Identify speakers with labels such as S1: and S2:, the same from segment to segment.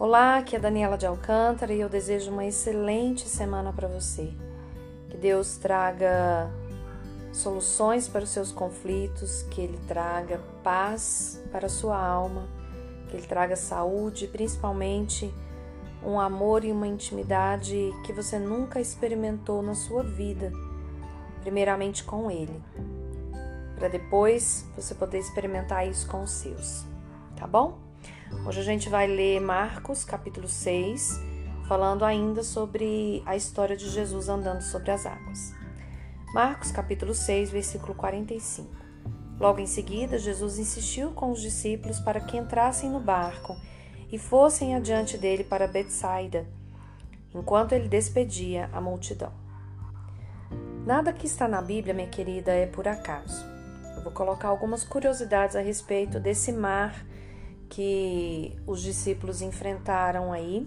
S1: Olá, aqui é Daniela de Alcântara e eu desejo uma excelente semana para você. Que Deus traga soluções para os seus conflitos, que Ele traga paz para a sua alma, que Ele traga saúde, principalmente um amor e uma intimidade que você nunca experimentou na sua vida, primeiramente com Ele, para depois você poder experimentar isso com os seus, tá bom? Hoje a gente vai ler Marcos, capítulo 6, falando ainda sobre a história de Jesus andando sobre as águas. Marcos, capítulo 6, versículo 45. Logo em seguida, Jesus insistiu com os discípulos para que entrassem no barco e fossem adiante dele para Betsaida, enquanto ele despedia a multidão. Nada que está na Bíblia, minha querida, é por acaso. Eu vou colocar algumas curiosidades a respeito desse mar que os discípulos enfrentaram aí,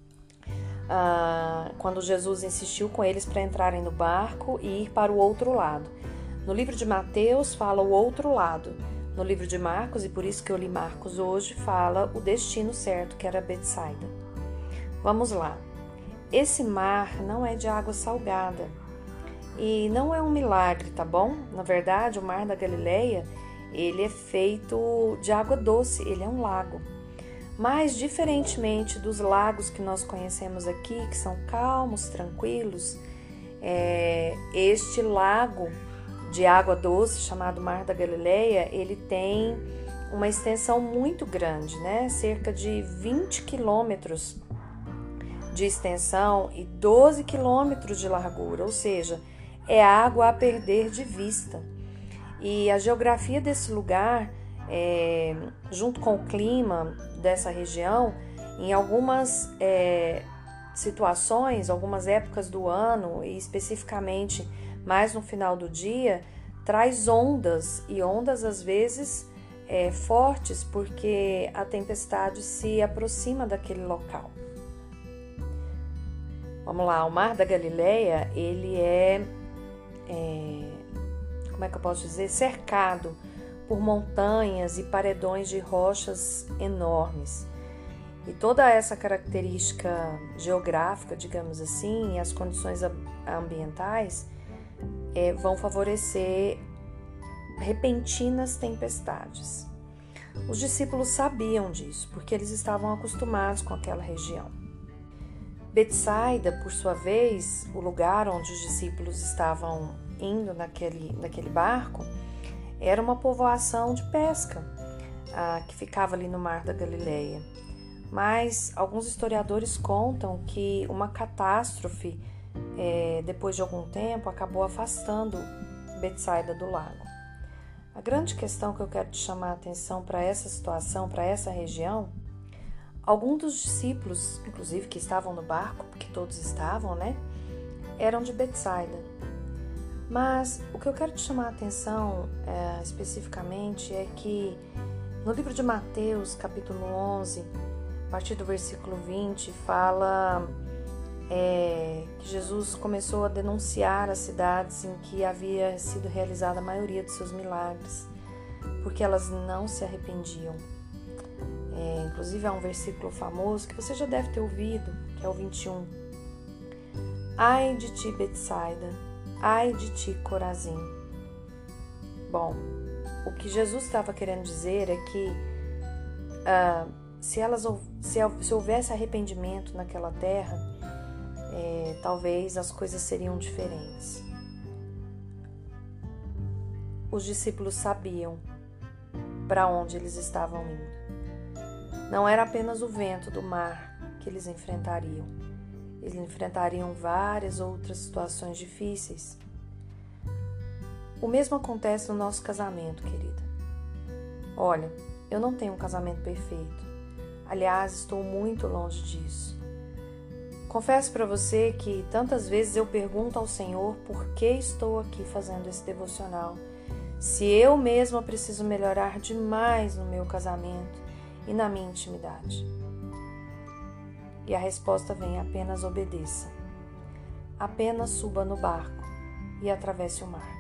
S1: quando Jesus insistiu com eles para entrarem no barco e ir para o outro lado. No livro de Mateus fala o outro lado, no livro de Marcos, e por isso que eu li Marcos hoje, fala o destino certo, que era Betsaida. Vamos lá. Esse mar não é de água salgada e não é um milagre, tá bom? Na verdade, o mar da Galileia, ele é feito de água doce, ele é um lago. Mas, diferentemente dos lagos que nós conhecemos aqui, que são calmos, tranquilos, este lago de água doce, chamado Mar da Galileia, ele tem uma extensão muito grande, né? Cerca de 20 quilômetros de extensão e 12 quilômetros de largura, ou seja, é água a perder de vista. E a geografia desse lugar, junto com o clima dessa região, em algumas situações, algumas épocas do ano, e especificamente mais no final do dia, traz ondas, e ondas às vezes fortes, porque a tempestade se aproxima daquele local. Vamos lá, o Mar da Galileia, ele como é que eu posso dizer, cercado por montanhas e paredões de rochas enormes. E toda essa característica geográfica, digamos assim, e as condições ambientais vão favorecer repentinas tempestades. Os discípulos sabiam disso, porque eles estavam acostumados com aquela região. Betsaida, por sua vez, o lugar onde os discípulos estavam indo naquele barco, era uma povoação de pesca que ficava ali no Mar da Galileia. Mas alguns historiadores contam que uma catástrofe, depois de algum tempo, acabou afastando Betsaida do lago. A grande questão que eu quero te chamar a atenção para essa situação, para essa região, alguns dos discípulos, inclusive que estavam no barco, porque todos estavam, né, eram de Betsaida. Mas o que eu quero te chamar a atenção especificamente é que no livro de Mateus, capítulo 11, a partir do versículo 20, fala que Jesus começou a denunciar as cidades em que havia sido realizada a maioria de seus milagres, porque elas não se arrependiam. Inclusive há um versículo famoso que você já deve ter ouvido, que é o 21. Ai de ti, Betsaida! Ai de ti, Corazim. Bom, o que Jesus estava querendo dizer é que se houvesse arrependimento naquela terra, talvez as coisas seriam diferentes. Os discípulos sabiam para onde eles estavam indo. Não era apenas o vento do mar que eles enfrentariam. Eles enfrentariam várias outras situações difíceis. O mesmo acontece no nosso casamento, querida. Olha, eu não tenho um casamento perfeito. Aliás, estou muito longe disso. Confesso para você que tantas vezes eu pergunto ao Senhor por que estou aqui fazendo esse devocional. Se eu mesma preciso melhorar demais no meu casamento e na minha intimidade. E a resposta vem: apenas obedeça. Apenas suba no barco e atravesse o mar.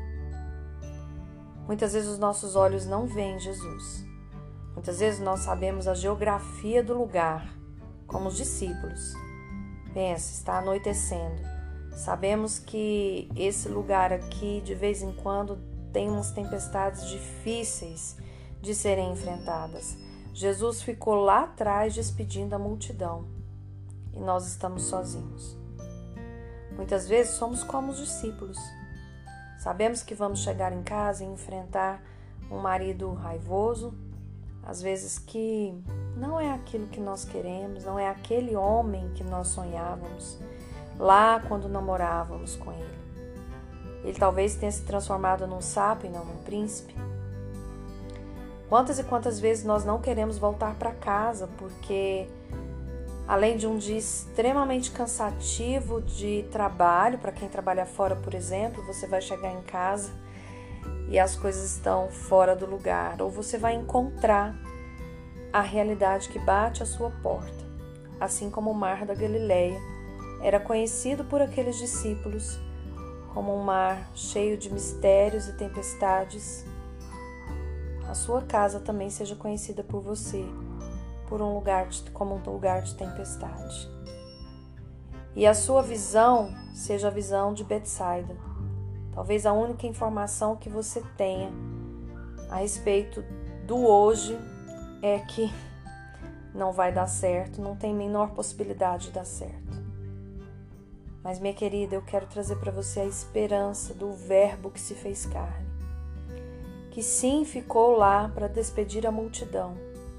S1: Muitas vezes os nossos olhos não veem Jesus. Muitas vezes nós sabemos a geografia do lugar, como os discípulos. Pensa, está anoitecendo. Sabemos que esse lugar aqui, de vez em quando, tem umas tempestades difíceis de serem enfrentadas. Jesus ficou lá atrás despedindo a multidão e nós estamos sozinhos. Muitas vezes somos como os discípulos. Sabemos que vamos chegar em casa e enfrentar um marido raivoso, às vezes que não é aquilo que nós queremos, não é aquele homem que nós sonhávamos lá quando namorávamos com ele. Ele talvez tenha se transformado num sapo e não num príncipe. Quantas e quantas vezes nós não queremos voltar para casa porque, além de um dia extremamente cansativo de trabalho, para quem trabalha fora, por exemplo, você vai chegar em casa e as coisas estão fora do lugar, ou você vai encontrar a realidade que bate à sua porta, assim como o mar da Galileia era conhecido por aqueles discípulos como um mar cheio de mistérios e tempestades. A sua casa também seja conhecida por você como um lugar de tempestade. E a sua visão seja a visão de Betsaida. Talvez a única informação que você tenha a respeito do hoje é que não vai dar certo, não tem a menor possibilidade de dar certo. Mas, minha querida, eu quero trazer para você a esperança do Verbo que se fez carne, que sim ficou lá para despedir a multidão,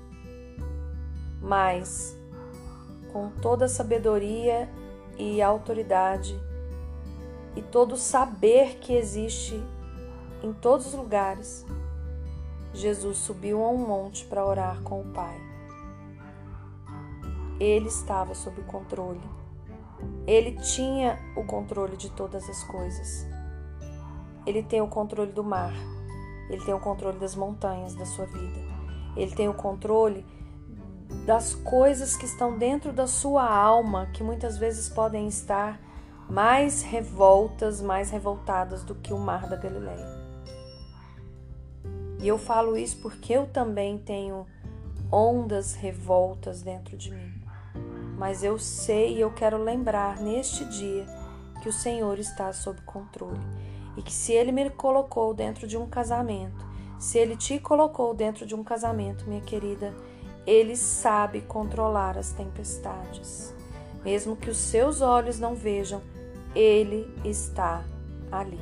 S1: mas com toda a sabedoria e autoridade e todo o saber que existe em todos os lugares, Jesus subiu a um monte para orar com o Pai. Ele estava sob o controle. Ele tinha o controle de todas as coisas. Ele tem o controle do mar. Ele tem o controle das montanhas da sua vida. Ele tem o controle das coisas que estão dentro da sua alma, que muitas vezes podem estar mais revoltadas do que o mar da Galileia. E eu falo isso porque eu também tenho ondas revoltas dentro de mim. Mas eu sei e eu quero lembrar neste dia que o Senhor está sob controle. E que se Ele me colocou dentro de um casamento, se Ele te colocou dentro de um casamento, minha querida, Ele sabe controlar as tempestades. Mesmo que os seus olhos não vejam, Ele está ali.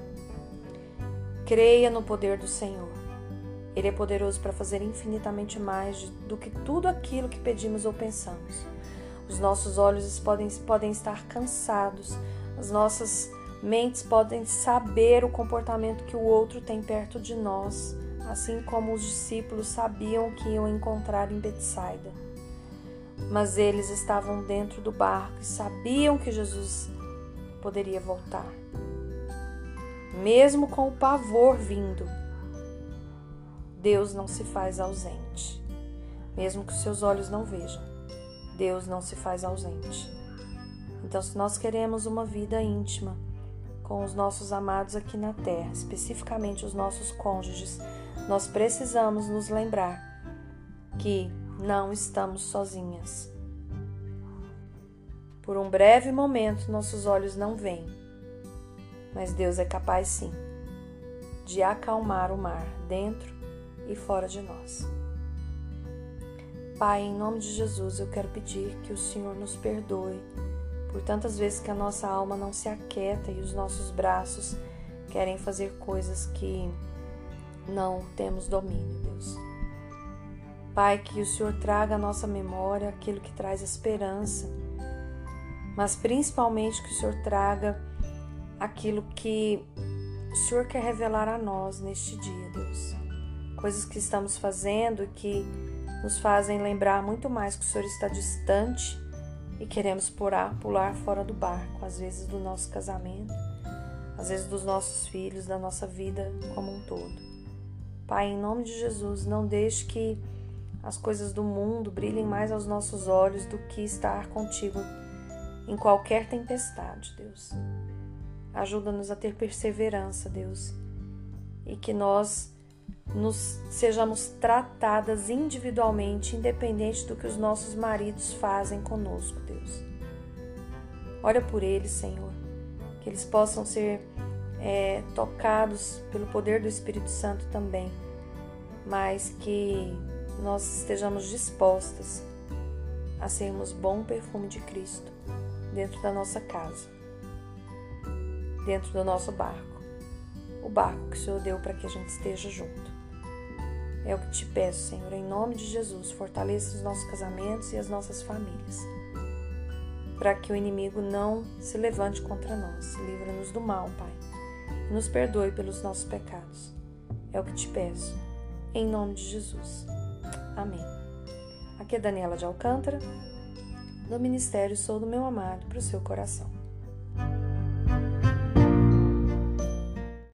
S1: Creia no poder do Senhor. Ele é poderoso para fazer infinitamente mais do que tudo aquilo que pedimos ou pensamos. Os nossos olhos podem estar cansados, as nossas mentes podem saber o comportamento que o outro tem perto de nós, assim como os discípulos sabiam que iam encontrar em Betsaida. Mas eles estavam dentro do barco e sabiam que Jesus poderia voltar. Mesmo com o pavor vindo, Deus não se faz ausente. Mesmo que os seus olhos não vejam, Deus não se faz ausente. Então, se nós queremos uma vida íntima com os nossos amados aqui na terra, especificamente os nossos cônjuges, nós precisamos nos lembrar que não estamos sozinhas. Por um breve momento, nossos olhos não veem, mas Deus é capaz sim de acalmar o mar dentro e fora de nós. Pai, em nome de Jesus, eu quero pedir que o Senhor nos perdoe por tantas vezes que a nossa alma não se aquieta e os nossos braços querem fazer coisas que não temos domínio, Deus. Pai, que o Senhor traga à nossa memória aquilo que traz esperança, mas principalmente que o Senhor traga aquilo que o Senhor quer revelar a nós neste dia, Deus. Coisas que estamos fazendo e que nos fazem lembrar muito mais que o Senhor está distante e queremos pular fora do barco, às vezes do nosso casamento, às vezes dos nossos filhos, da nossa vida como um todo. Pai, em nome de Jesus, não deixe que as coisas do mundo brilhem mais aos nossos olhos do que estar contigo em qualquer tempestade, Deus. Ajuda-nos a ter perseverança, Deus, e que nós sejamos tratadas individualmente, independente do que os nossos maridos fazem conosco, Deus. Olha por eles, Senhor, que eles possam ser tocados pelo poder do Espírito Santo também, mas que nós estejamos dispostas a sermos bom perfume de Cristo dentro da nossa casa, dentro do nosso barco, o barco que o Senhor deu para que a gente esteja junto. É o que te peço, Senhor, em nome de Jesus, fortaleça os nossos casamentos e as nossas famílias, para que o inimigo não se levante contra nós. Livra-nos do mal, Pai, e nos perdoe pelos nossos pecados. É o que te peço, em nome de Jesus. Amém. Aqui é Daniela de Alcântara, do Ministério Sou do Meu Amado para o seu coração.